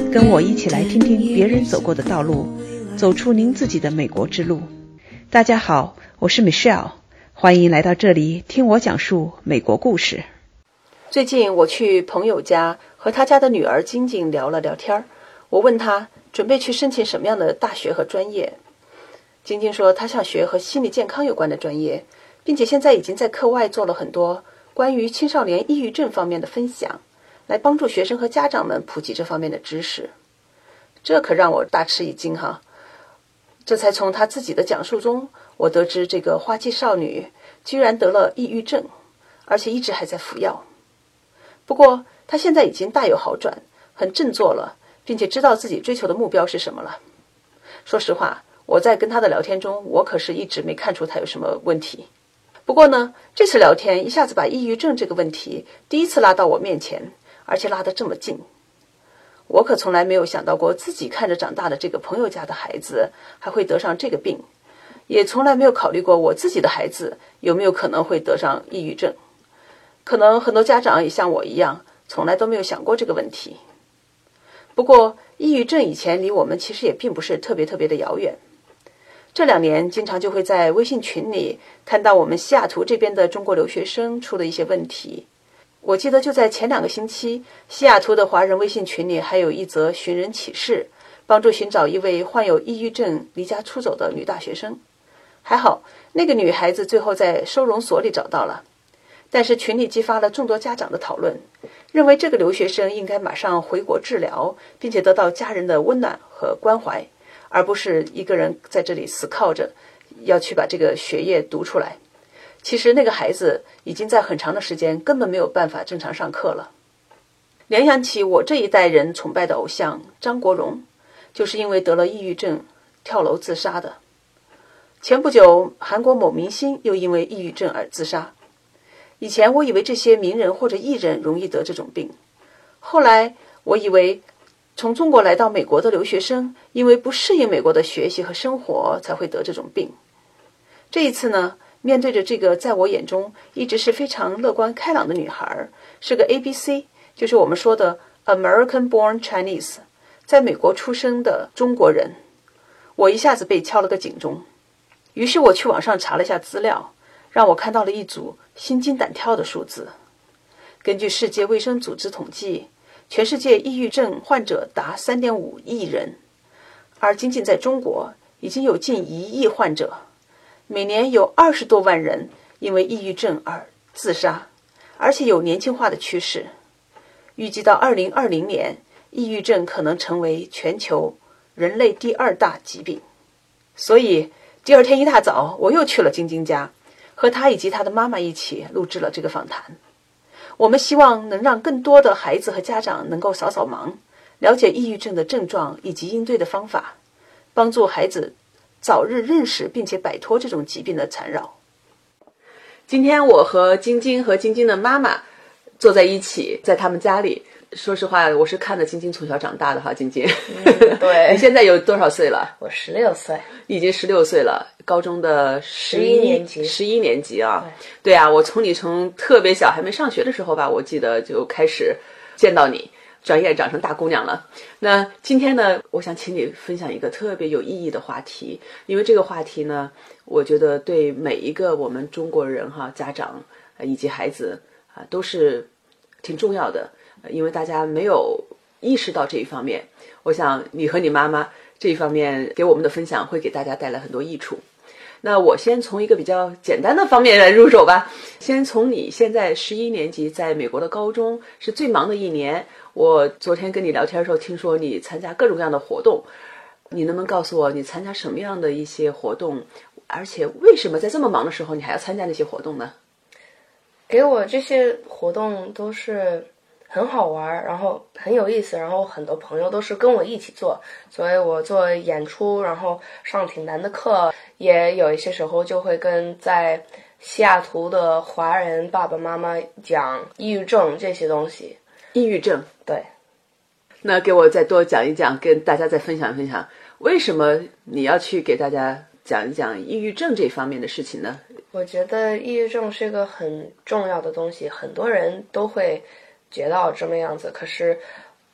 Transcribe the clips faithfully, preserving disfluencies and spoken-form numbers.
跟我一起来听听别人走过的道路，走出您自己的美国之路。大家好，我是 Michelle， 欢迎来到这里听我讲述美国故事。最近我去朋友家和他家的女儿晶晶聊了聊天，我问她准备去申请什么样的大学和专业。晶晶说她想学和心理健康有关的专业，并且现在已经在课外做了很多关于青少年抑郁症方面的分享，来帮助学生和家长们普及这方面的知识。这可让我大吃一惊哈！这才从她自己的讲述中，我得知这个花季少女居然得了抑郁症，而且一直还在服药。不过她现在已经大有好转，很振作了，并且知道自己追求的目标是什么了。说实话，我在跟她的聊天中，我可是一直没看出她有什么问题。不过呢，这次聊天一下子把抑郁症这个问题第一次拉到我面前，而且拉得这么近。我可从来没有想到过自己看着长大的这个朋友家的孩子还会得上这个病，也从来没有考虑过我自己的孩子有没有可能会得上抑郁症。可能很多家长也像我一样，从来都没有想过这个问题。不过抑郁症以前离我们其实也并不是特别特别的遥远。这两年经常就会在微信群里看到我们西雅图这边的中国留学生出的一些问题。我记得就在前两个星期，西雅图的华人微信群里还有一则寻人启事，帮助寻找一位患有抑郁症离家出走的女大学生。还好那个女孩子最后在收容所里找到了，但是群里激发了众多家长的讨论，认为这个留学生应该马上回国治疗，并且得到家人的温暖和关怀，而不是一个人在这里死靠着要去把这个学业读出来。其实那个孩子已经在很长的时间根本没有办法正常上课了。联想起我这一代人崇拜的偶像张国荣，就是因为得了抑郁症跳楼自杀的。前不久韩国某明星又因为抑郁症而自杀。以前我以为这些名人或者艺人容易得这种病，后来我以为从中国来到美国的留学生因为不适应美国的学习和生活才会得这种病。这一次呢，面对着这个在我眼中一直是非常乐观开朗的女孩，是个 A B C， 就是我们说的 American Born Chinese， 在美国出生的中国人，我一下子被敲了个警钟。于是我去网上查了一下资料，让我看到了一组心惊胆跳的数字。根据世界卫生组织统计，全世界抑郁症患者达 三点五亿人，而仅仅在中国已经有近一亿患者，每年有二十多万人因为抑郁症而自杀，而且有年轻化的趋势。预计到二零二零年，抑郁症可能成为全球人类第二大疾病。所以第二天一大早，我又去了晶晶家，和她以及她的妈妈一起录制了这个访谈。我们希望能让更多的孩子和家长能够扫扫盲，了解抑郁症的症状以及应对的方法，帮助孩子早日认识并且摆脱这种疾病的缠绕。今天我和晶晶和晶晶的妈妈坐在一起，在他们家里。说实话，我是看着晶晶从小长大的哈，晶晶。 嗯、对。 你现在有多少岁了？ 我十六岁。 已经十六岁了，高中的十一年级。 十一年级啊。对, 对啊，我从你从特别小还没上学的时候吧，我记得就开始见到你，转眼长成大姑娘了。那今天呢，我想请你分享一个特别有意义的话题，因为这个话题呢，我觉得对每一个我们中国人哈，家长以及孩子啊，都是挺重要的，因为大家没有意识到这一方面。我想你和你妈妈这一方面给我们的分享会给大家带来很多益处。那我先从一个比较简单的方面来入手吧，先从你现在十一年级在美国的高中是最忙的一年。我昨天跟你聊天的时候听说你参加各种各样的活动，你能不能告诉我你参加什么样的一些活动，而且为什么在这么忙的时候你还要参加那些活动呢？ 给我这些活动都是很好玩，然后很有意思，然后很多朋友都是跟我一起做，所以我做演出，然后上挺难的课，也有一些时候就会跟在西雅图的华人爸爸妈妈讲抑郁症这些东西。 抑郁症， 对。 那给我再多讲一讲，跟大家再分享分享，为什么你要去给大家讲一讲抑郁症这方面的事情呢？ 我觉得抑郁症是一个很重要的东西，很多人都会觉得这么样子，可是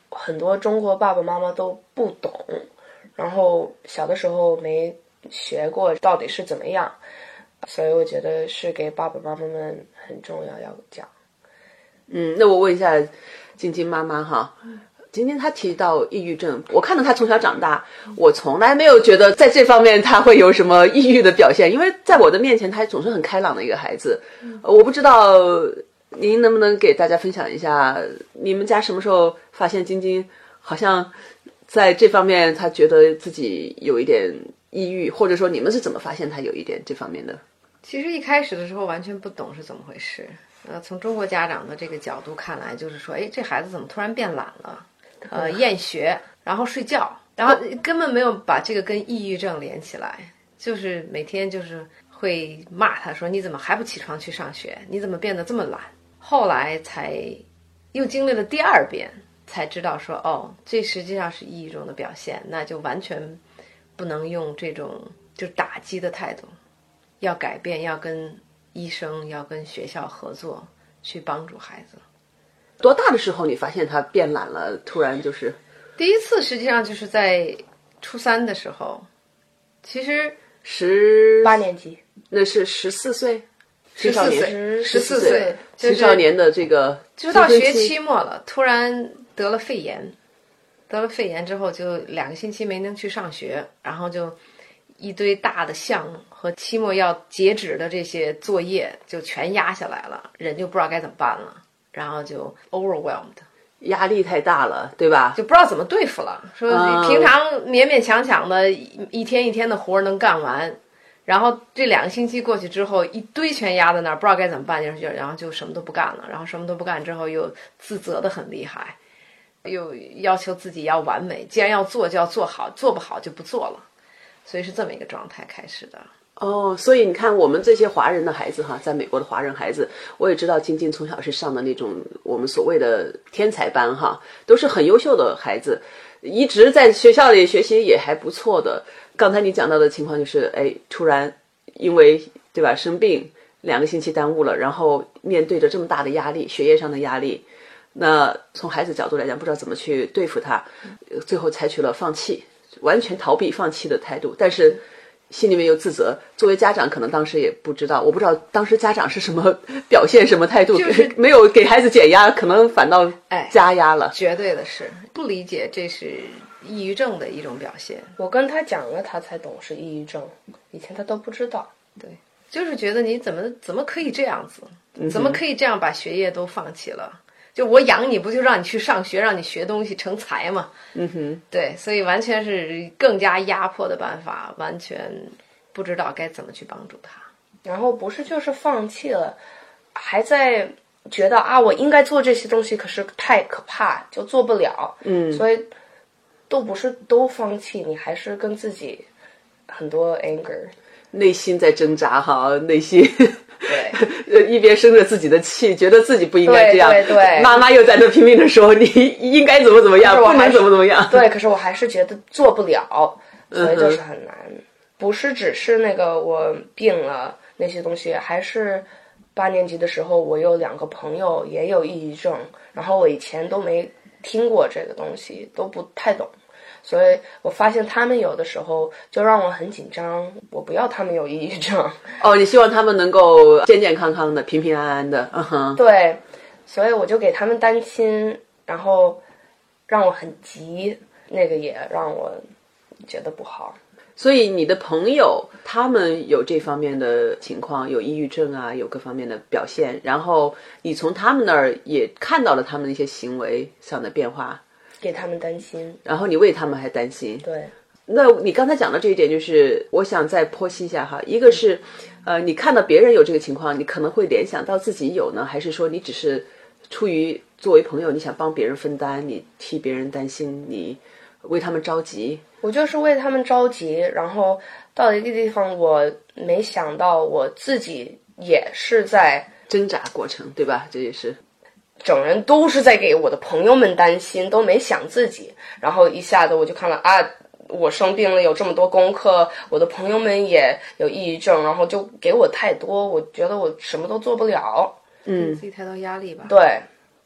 很多中国爸爸妈妈都不懂，然后小的时候没学过到底是怎么样，所以我觉得是给爸爸妈妈们很重要要讲。 嗯，那我问一下晶晶妈妈哈，晶晶她提到抑郁症，我看到她从小长大，我从来没有觉得在这方面她会有什么抑郁的表现，因为在我的面前她总是很开朗的一个孩子。我不知道您能不能给大家分享一下，你们家什么时候发现晶晶好像在这方面她觉得自己有一点抑郁，或者说你们是怎么发现她有一点这方面的？ 其实一开始的时候完全不懂是怎么回事。呃，从中国家长的这个角度看来，就是说，哎，这孩子怎么突然变懒了？呃，厌学，然后睡觉，然后根本没有把这个跟抑郁症连起来，就是每天就是会骂他说：“你怎么还不起床去上学？你怎么变得这么懒？”后来才又经历了第二遍，才知道说，哦，这实际上是抑郁症的表现，那就完全不能用这种就打击的态度，要改变，要跟医生要跟学校合作去帮助孩子。 多大的时候你发现他变懒了？突然就是第一次，实际上就是在初三的时候，其实十八年级， 那是十四岁， 十四岁，十四岁， 青少年的这个就到学期末了，突然得了肺炎，得了肺炎之后就两个星期没能去上学，然后就一堆大的项目和期末要截止的这些作业就全压下来了，人就不知道该怎么办了，然后就 overwhelmed， 压力太大了，对吧？ 就不知道怎么对付了。说平常勉勉强强的一天一天的活能干完，然后这两个星期过去之后，一堆全压在那儿，不知道该怎么办，就然后就什么都不干了，然后什么都不干之后又自责的很厉害，又要求自己要完美，既然要做就要做好，做不好就不做了。所以是这么一个状态开始的。 哦，所以你看我们这些华人的孩子哈，在美国的华人孩子，我也知道晶晶从小是上的那种我们所谓的天才班哈，都是很优秀的孩子，一直在学校里学习也还不错的。刚才你讲到的情况就是，哎，突然因为对吧生病，两个星期耽误了，然后面对着这么大的压力，学业上的压力，那从孩子角度来讲，不知道怎么去对付他，最后采取了放弃。完全逃避放弃的态度，但是心里面有自责。作为家长可能当时也不知道，我不知道当时家长是什么表现什么态度， 就是没有给孩子减压，可能反倒加压了。 哎、绝对的是不理解这是抑郁症的一种表现。 我跟他讲了他才懂是抑郁症，以前他都不知道。 对，就是觉得你怎么怎么可以这样子、嗯、怎么可以这样把学业都放弃了，就我养你不就让你去上学，让你学东西成才嘛？ 嗯哼， 对，所以完全是更加压迫的办法，完全不知道该怎么去帮助他。 然后不是就是放弃了，还在觉得啊，我应该做这些东西，可是太可怕，就做不了。 嗯， 所以都不是都放弃，你还是跟自己很多 anger， 内心在挣扎哈，内心。 对， 一边生着自己的气，觉得自己不应该这样， 对对对， 妈妈又在那拼命的说你应该怎么怎么样，不能怎么怎么样。 对，可是我还是觉得做不了，所以就是很难。嗯、不是只是那个我病了那些东西，还是八年级的时候，我有两个朋友也有抑郁症，然后我以前都没听过这个东西，都不太懂。所以我发现他们有的时候就让我很紧张，我不要他们有抑郁症。 哦，你希望他们能够健健康康的、平平安安的。嗯哼。 对，所以我就给他们担心，然后让我很急，那个也让我觉得不好。 所以你的朋友他们有这方面的情况，有抑郁症啊，有各方面的表现，然后你从他们那儿也看到了他们的一些行为上的变化。 给他们担心， 然后你为他们还担心。 对， 那你刚才讲的这一点，就是我想再剖析一下哈。一个是，呃，你看到别人有这个情况，你可能会联想到自己有呢，还是说你只是出于作为朋友，你想帮别人分担，你替别人担心，你为他们着急？ 我就是为他们着急，然后到了一个地方，我没想到我自己也是在挣扎过程，对吧？这也是。 整人都是在给我的朋友们担心，都没想自己。然后一下子我就看了啊，我生病了，有这么多功课，我的朋友们也有抑郁症，然后就给我太多，我觉得我什么都做不了。 嗯，自己太多压力吧。 对，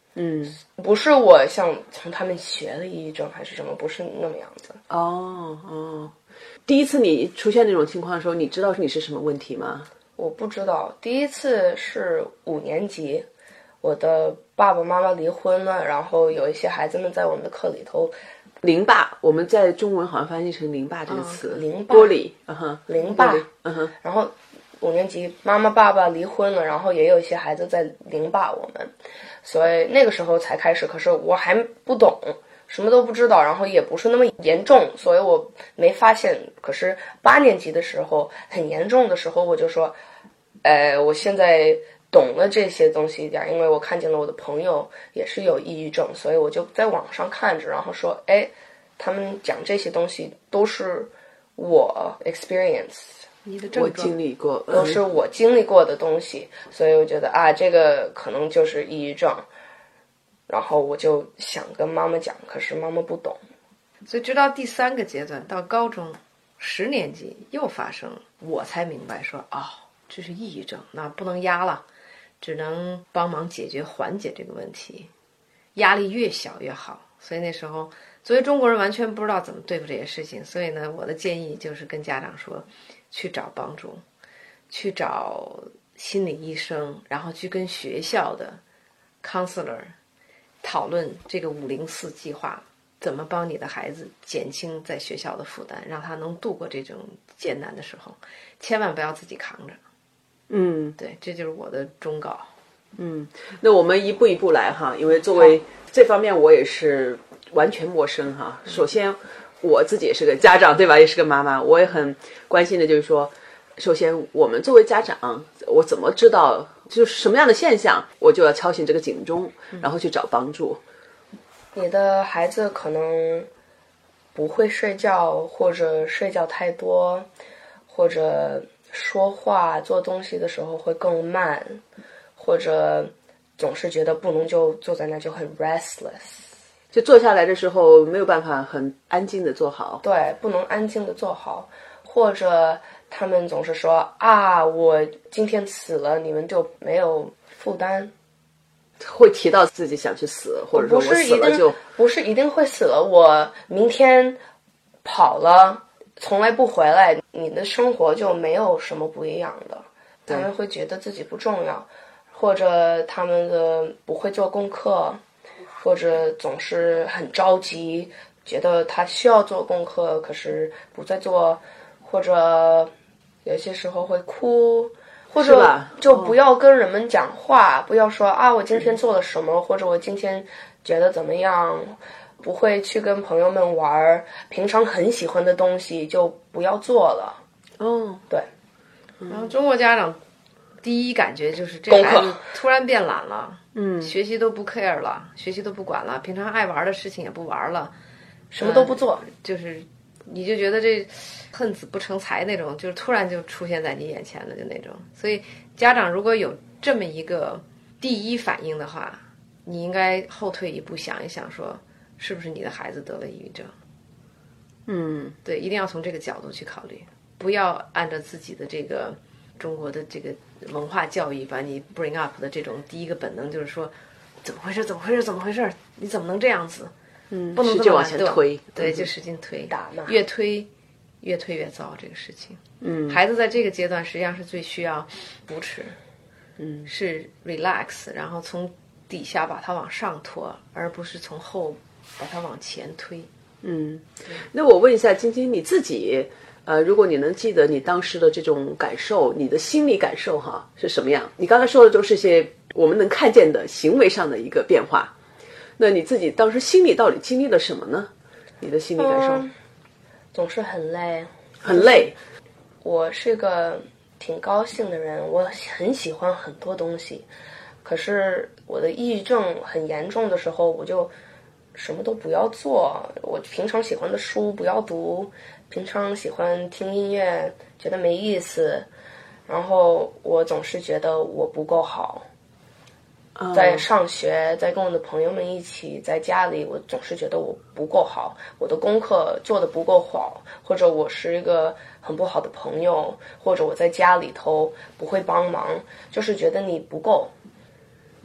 嗯， 不是我像从他们学的抑郁症还是什么，不是那么样子。 哦哦，第一次你出现这种情况的时候，你知道你是什么问题吗？ 我不知道，第一次是五年级，我的爸爸妈妈离婚了，然后有一些孩子们在我们的课里头。 邻爸，我们在中文好像翻译成邻爸这个词， 嗯、邻爸玻璃，嗯哼， 邻爸， 嗯哼， 然后五年级妈妈爸爸离婚了，然后也有一些孩子在邻爸我们，所以那个时候才开始，可是我还不懂，什么都不知道，然后也不是那么严重，所以我没发现。可是八年级的时候很严重的时候，我就说，呃，我现在懂了这些东西一点，因为我看见了我的朋友也是有抑郁症，所以我就在网上看着，然后说，哎，他们讲这些东西都是我 experience。 你的症状我经历过， 都是我经历过的东西，嗯、所以我觉得啊，这个可能就是抑郁症。然后我就想跟妈妈讲，可是妈妈不懂。 所以直到第三个阶段，到高中十年级又发生了，我才明白说，哦，这是抑郁症，那不能压了，只能帮忙解决缓解这个问题，压力越小越好。所以那时候作为中国人完全不知道怎么对付这些事情，所以呢，我的建议就是跟家长说，去找帮助，去找心理医生，然后去跟学校的 counselor 讨论这个五零四计划怎么帮你的孩子减轻在学校的负担，让他能度过这种艰难的时候，千万不要自己扛着。 嗯， 对，这就是我的忠告。 嗯，那我们一步一步来哈，因为作为这方面我也是完全陌生哈。首先我自己也是个家长对吧，也是个妈妈，我也很关心的就是说，首先我们作为家长，我怎么知道就是什么样的现象，我就要敲醒这个警钟，然后去找帮助。 你的孩子可能不会睡觉，或者睡觉太多，或者说话做东西的时候会更慢，或者总是觉得不能就坐在那就很 restless， 就坐下来的时候没有办法很安静的坐好。 对，不能安静的坐好，或者他们总是说啊，我今天死了，你们就没有负担。 会提到自己想去死，或者说我死了就不是一定会死了，我明天跑了从来不回来，你的生活就没有什么不一样的。他们会觉得自己不重要，或者他们的不会做功课，或者总是很着急，觉得他需要做功课可是不再做，或者有些时候会哭，或者就不要跟人们讲话，不要说啊我今天做了什么，或者我今天觉得怎么样，不会去跟朋友们玩，平常很喜欢的东西就不要做了。 哦， 对。 然后中国家长第一感觉就是这孩子突然变懒了， 嗯， 学习都不 care 了，学习都不管了，平常爱玩的事情也不玩了， 什么都不做， 嗯、就是你就觉得这恨子不成才那种，就是突然就出现在你眼前了，就那种。所以家长如果有这么一个第一反应的话，你应该后退一步想一想说，是不是你的孩子得了抑郁症？ 嗯， 对，一定要从这个角度去考虑，不要按照自己的这个中国的这个文化教育把你 bring up 的这种第一个本能，就是说怎么回事？怎么回事？怎么回事？你怎么能这样子？ 嗯， 不能使劲往前推， 对，就使劲推， 打骂， 越推越推越糟。这个事情， 嗯， 孩子在这个阶段实际上是最需要扶持， 嗯， 是 relax， 然后从底下把它往上拖，而不是从后把它往前推。 嗯，那我问一下晶晶，你自己，呃，如果你能记得你当时的这种感受，你的心理感受哈是什么样？你刚才说的都是些我们能看见的行为上的一个变化，那你自己当时心里到底经历了什么呢？你的心理感受？ 嗯、总是很累， 很累。 我是个挺高兴的人，我很喜欢很多东西，可是我的抑郁症很严重的时候，我就什么都不要做，我平常喜欢的书不要读，平常喜欢听音乐觉得没意思，然后我总是觉得我不够好，在上学，在跟我的朋友们一起，在家里，我总是觉得我不够好，我的功课做得不够好，或者我是一个很不好的朋友，或者我在家里头不会帮忙，就是觉得你不够。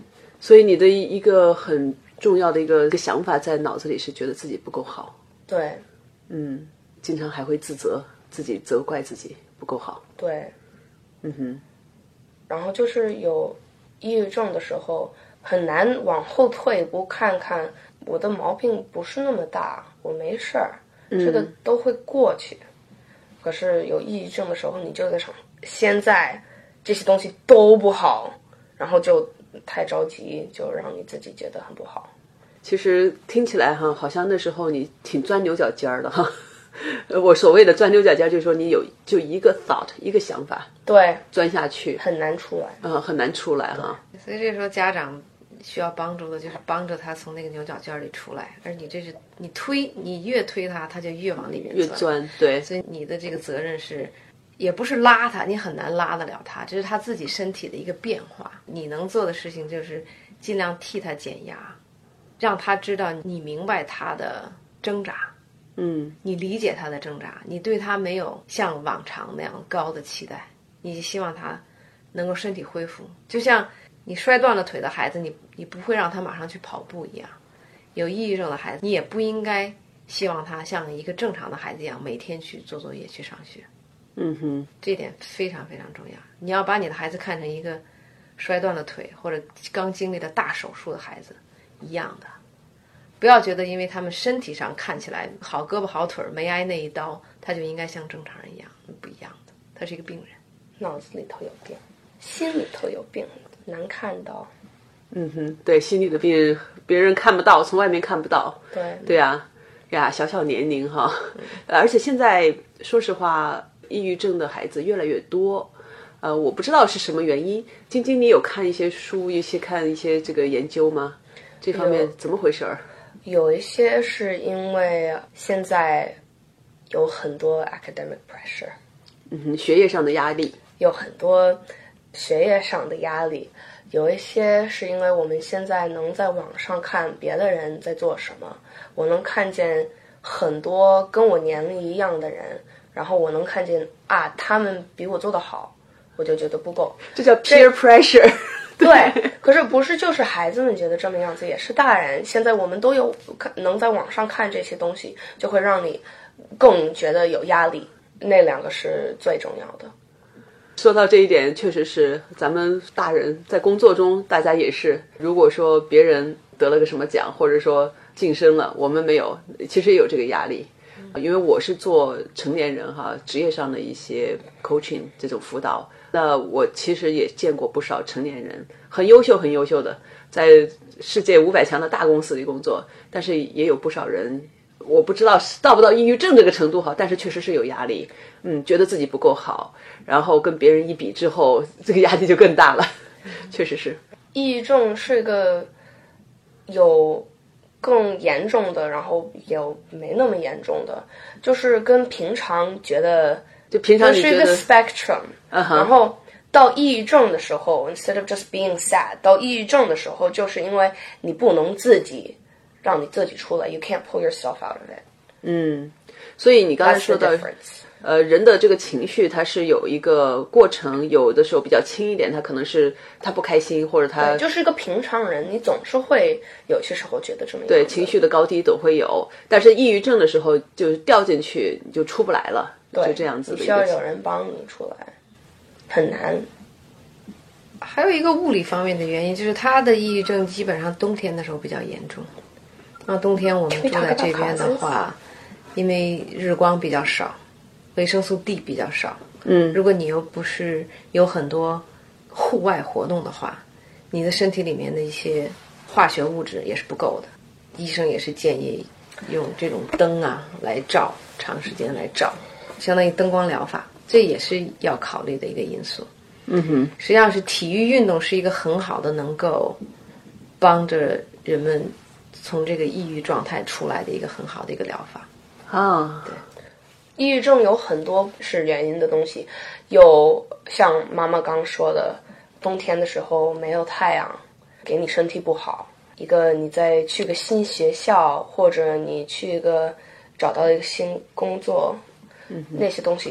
所以你的一个很重要的一个一个想法在脑子里是觉得自己不够好。 对， 嗯，经常还会自责自己，责怪自己不够好。 对， 嗯哼。 然后就是有抑郁症的时候，很难往后退一步看看我的毛病不是那么大，我没事儿，这个都会过去。嗯、可是有抑郁症的时候，你就在想，现在这些东西都不好，然后就太着急，就让你自己觉得很不好。 其实听起来哈，好像那时候你挺钻牛角尖的哈。我所谓的钻牛角尖，就是说你有就一个 thought 一个想法， 对， 钻下去很难出来， 嗯，很难出来哈。 所以这时候家长需要帮助的就是帮着他从那个牛角尖里出来，而你这是你推，你越推他，他就越往里面越钻。对， 所以你的这个责任是，也不是拉他，你很难拉得了他，这是他自己身体的一个变化。你能做的事情就是尽量替他减压，让他知道你明白他的挣扎。 嗯， 你理解他的挣扎，你对他没有像往常那样高的期待，你希望他能够身体恢复，就像你摔断了腿的孩子，你你不会让他马上去跑步一样。有抑郁症的孩子，你也不应该希望他像一个正常的孩子一样每天去做作业去上学。 嗯哼， 这一点非常非常重要。你要把你的孩子看成一个摔断了腿或者刚经历了大手术的孩子一样的。不要觉得因为他们身体上看起来好胳膊好腿没挨那一刀，他就应该像正常人一样，不一样的，他是一个病人， 脑子里头有病，心里头有病，难看到。 嗯哼，对，心里的病别人看不到，从外面看不到。 对， 对啊，呀，小小年龄哈，嗯、而且现在说实话，抑郁症的孩子越来越多。呃，我不知道是什么原因。晶晶，你有看一些书，一些看一些这个研究吗？这方面怎么回事儿？ 有一些是因为现在有很多 academic pressure， 嗯哼，学业上的压力， 有很多学业上的压力。有一些是因为我们现在能在网上看别的人在做什么，我能看见很多跟我年龄一样的人，然后我能看见啊，他们比我做得好，我就觉得不够。 这叫 peer pressure。 对，可是不是就是孩子们觉得这么样子，也是大人。现在我们都有能在网上看这些东西，就会让你更觉得有压力。那两个是最重要的。 说到这一点，确实是咱们大人在工作中，大家也是。如果说别人得了个什么奖，或者说晋升了，我们没有，其实也有这个压力。因为我是做成年人哈，职业上的一些 coaching 这种辅导。那我其实也见过不少成年人，很优秀很优秀的，在世界五百强的大公司里工作，但是也有不少人，我不知道到不到抑郁症这个程度哈，但是确实是有压力，嗯，觉得自己不够好，然后跟别人一比之后，这个压力就更大了，确实是。 抑郁症是个有更严重的，然后有没那么严重的，就是跟平常觉得。 就平常你觉得是一个 spectrum，、uh-huh. 然后到抑郁症的时候 ，instead of just being sad， 到抑郁症的时候，就是因为你不能自己让你自己出来 ，you can't pull yourself out of it。 嗯，所以你刚才说到，呃，人的这个情绪它是有一个过程，有的时候比较轻一点，他可能是他不开心，或者他就是一个平常人，你总是会有些时候觉得这么对情绪的高低都会有，但是抑郁症的时候就掉进去你就出不来了。 对， 就这样子的， 你需要有人帮你出来，很难。 还有一个物理方面的原因，就是他的抑郁症基本上冬天的时候比较严重。那冬天我们住在这边的话，因为日光比较少，维生素 D 比较少。 嗯， 如果你又不是有很多户外活动的话，你的身体里面的一些化学物质也是不够的。医生也是建议用这种灯啊来照，长时间来照。相当于灯光疗法，这也是要考虑的一个因素。 嗯哼， 实际上是体育运动是一个很好的能够帮着人们从这个抑郁状态出来的一个很好的一个疗法。 啊， 对， 抑郁症有很多是原因的东西，有像妈妈刚说的，冬天的时候没有太阳，给你身体不好。一个你再去个新学校，或者你去一个找到一个新工作。 嗯、 那些东西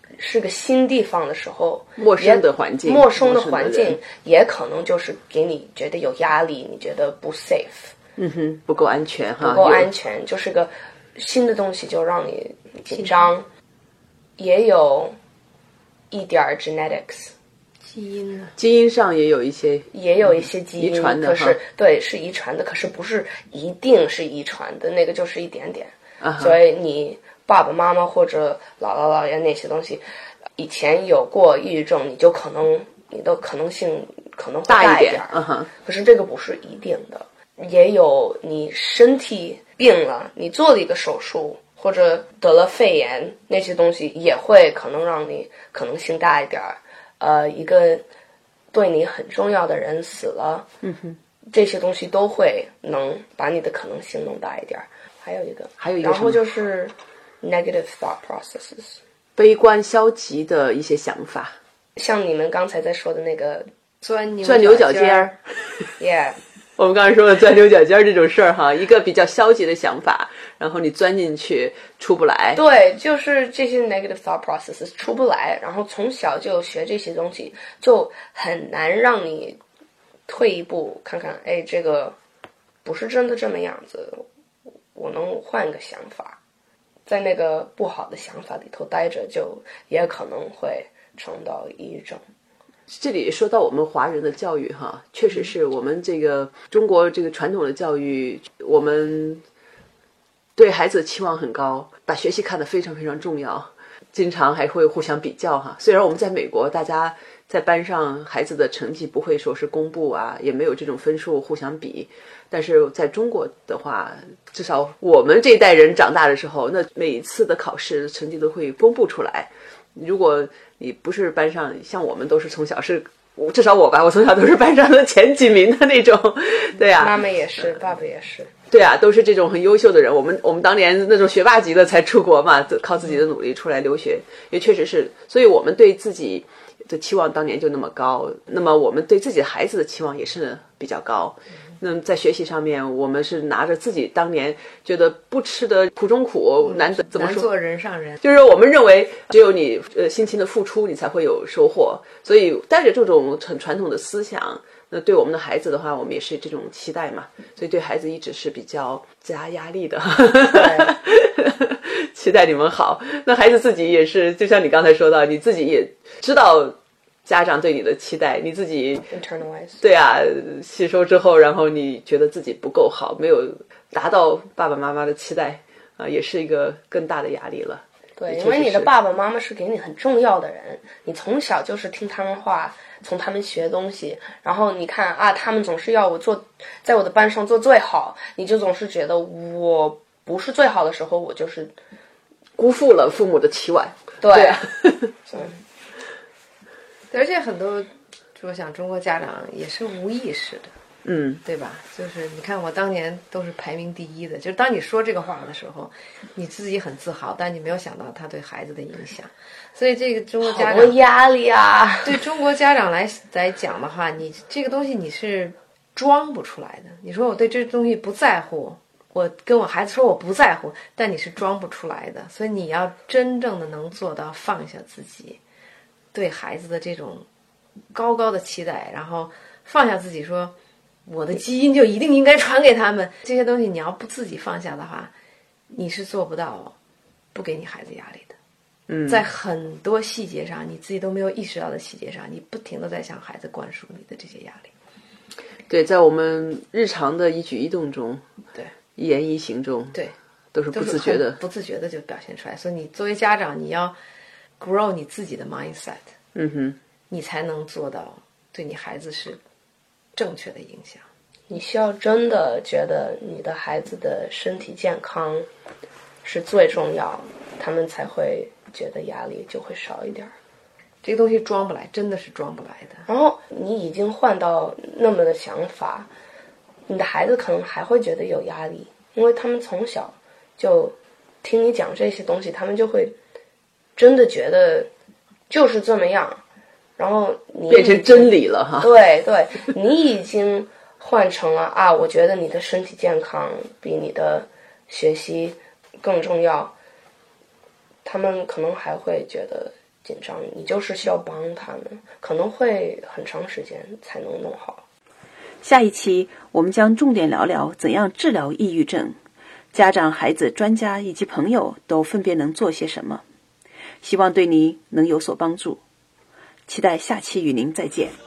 是个新地方的时候， 陌生的环境， 陌生的环境陌生的人也可能就是给你觉得有压力，你觉得不 safe， 嗯哼，不够安全哈， 不够安全，就是个新的东西就让你紧张，也有一点 genetics。 基因呢？ 基因上也有一些， 也有一些基因， 遗传的可是对是遗传的，可是不是一定是遗传的，那个就是一点点。 啊、 所以你爸爸妈妈或者姥姥姥爷那些东西，以前有过抑郁症，你就可能你的可能性可能会大一点。 嗯哼， 可是这个不是一定的，也有你身体病了，你做了一个手术或者得了肺炎，那些东西也会可能让你可能性大一点。呃，一个对你很重要的人死了， 嗯哼， 这些东西都会能把你的可能性弄大一点。还有一个， 还有一个， 然后就是 negative thought processes， 悲观消极的一些想法， 像你们刚才在说的那个钻牛钻牛角尖儿 ，yeah。 我们刚才说的钻牛角尖这种事儿哈，一个比较消极的想法，然后你钻进去出不来。 对，就是这些 negative thought processes 出不来，然后从小就学这些东西，就很难让你退一步看看，哎，这个不是真的这么样子，我能换个想法。在那个不好的想法里头待着，就也可能会成到抑郁症。 这里说到我们华人的教育哈，确实是我们这个中国这个传统的教育，我们对孩子的期望很高，把学习看得非常非常重要，经常还会互相比较哈。虽然我们在美国，大家在班上孩子的成绩不会说是公布啊，也没有这种分数互相比，但是在中国的话，至少我们这一代人长大的时候，那每一次的考试成绩都会公布出来。如果你不是班上，像我们都是从小是，至少我吧，我从小都是班上的前几名的那种，对啊， 妈妈也是，爸爸也是， 对啊，都是这种很优秀的人。我们我们当年那种学霸级的才出国嘛，靠自己的努力出来留学，也确实是，所以我们对自己的期望当年就那么高，那么我们对自己孩子的期望也是比较高。那么在学习上面，我们是拿着自己当年觉得不吃的苦中苦，难得怎么说？ 难做人上人， 就是我们认为只有你呃辛勤的付出，你才会有收获。所以带着这种很传统的思想，那对我们的孩子的话，我们也是这种期待嘛。所以对孩子一直是比较加压力的，期待你们好。那孩子自己也是，就像你刚才说到，你自己也知道。家长对你的期待，你自己 internalize， 对啊，吸收之后，然后你觉得自己不够好，没有达到爸爸妈妈的期待啊，也是一个更大的压力了。 对，因为你的爸爸妈妈是给你很重要的人，你从小就是听他们话，从他们学东西，然后你看啊，他们总是要我做，在我的班上做最好，你就总是觉得我不是最好的时候，我就是辜负了父母的期望。 对， 对啊而且很多，我想中国家长也是无意识的， 嗯， 对吧？就是你看我当年都是排名第一的，就是当你说这个话的时候，你自己很自豪，但你没有想到他对孩子的影响。所以这个中国家长好多压力啊， 对中国家长来来讲的话，你这个东西你是装不出来的。你说我对这东西不在乎，我跟我孩子说我不在乎，但你是装不出来的。所以你要真正的能做到放下自己对孩子的这种高高的期待，然后放下自己说我的基因就一定应该传给他们，这些东西你要不自己放下的话，你是做不到不给你孩子压力的。 嗯， 在很多细节上你自己都没有意识到的细节上，你不停地在向孩子灌输你的这些压力。 对，在我们日常的一举一动中， 对， 一言一行中， 对， 都是不自觉的， 不自觉的就表现出来。所以你作为家长，你要 grow 你自己的 mindset， 嗯哼， 你才能做到对你孩子是正确的影响。 你需要真的觉得你的孩子的身体健康是最重要，他们才会觉得压力就会少一点。 这个东西装不来，真的是装不来的。 然后你已经换到那么的想法，你的孩子可能还会觉得有压力，因为他们从小就听你讲这些东西，他们就会真的觉得就是这么样，然后你变成真理了哈。 对对，你已经换成了啊，我觉得你的身体健康比你的学习更重要，他们可能还会觉得紧张，你就是需要帮他们，可能会很长时间才能弄好。 下一期我们将重点聊聊怎样治疗抑郁症，家长、孩子、专家以及朋友都分别能做些什么，希望对你能有所帮助。期待下期与您再见。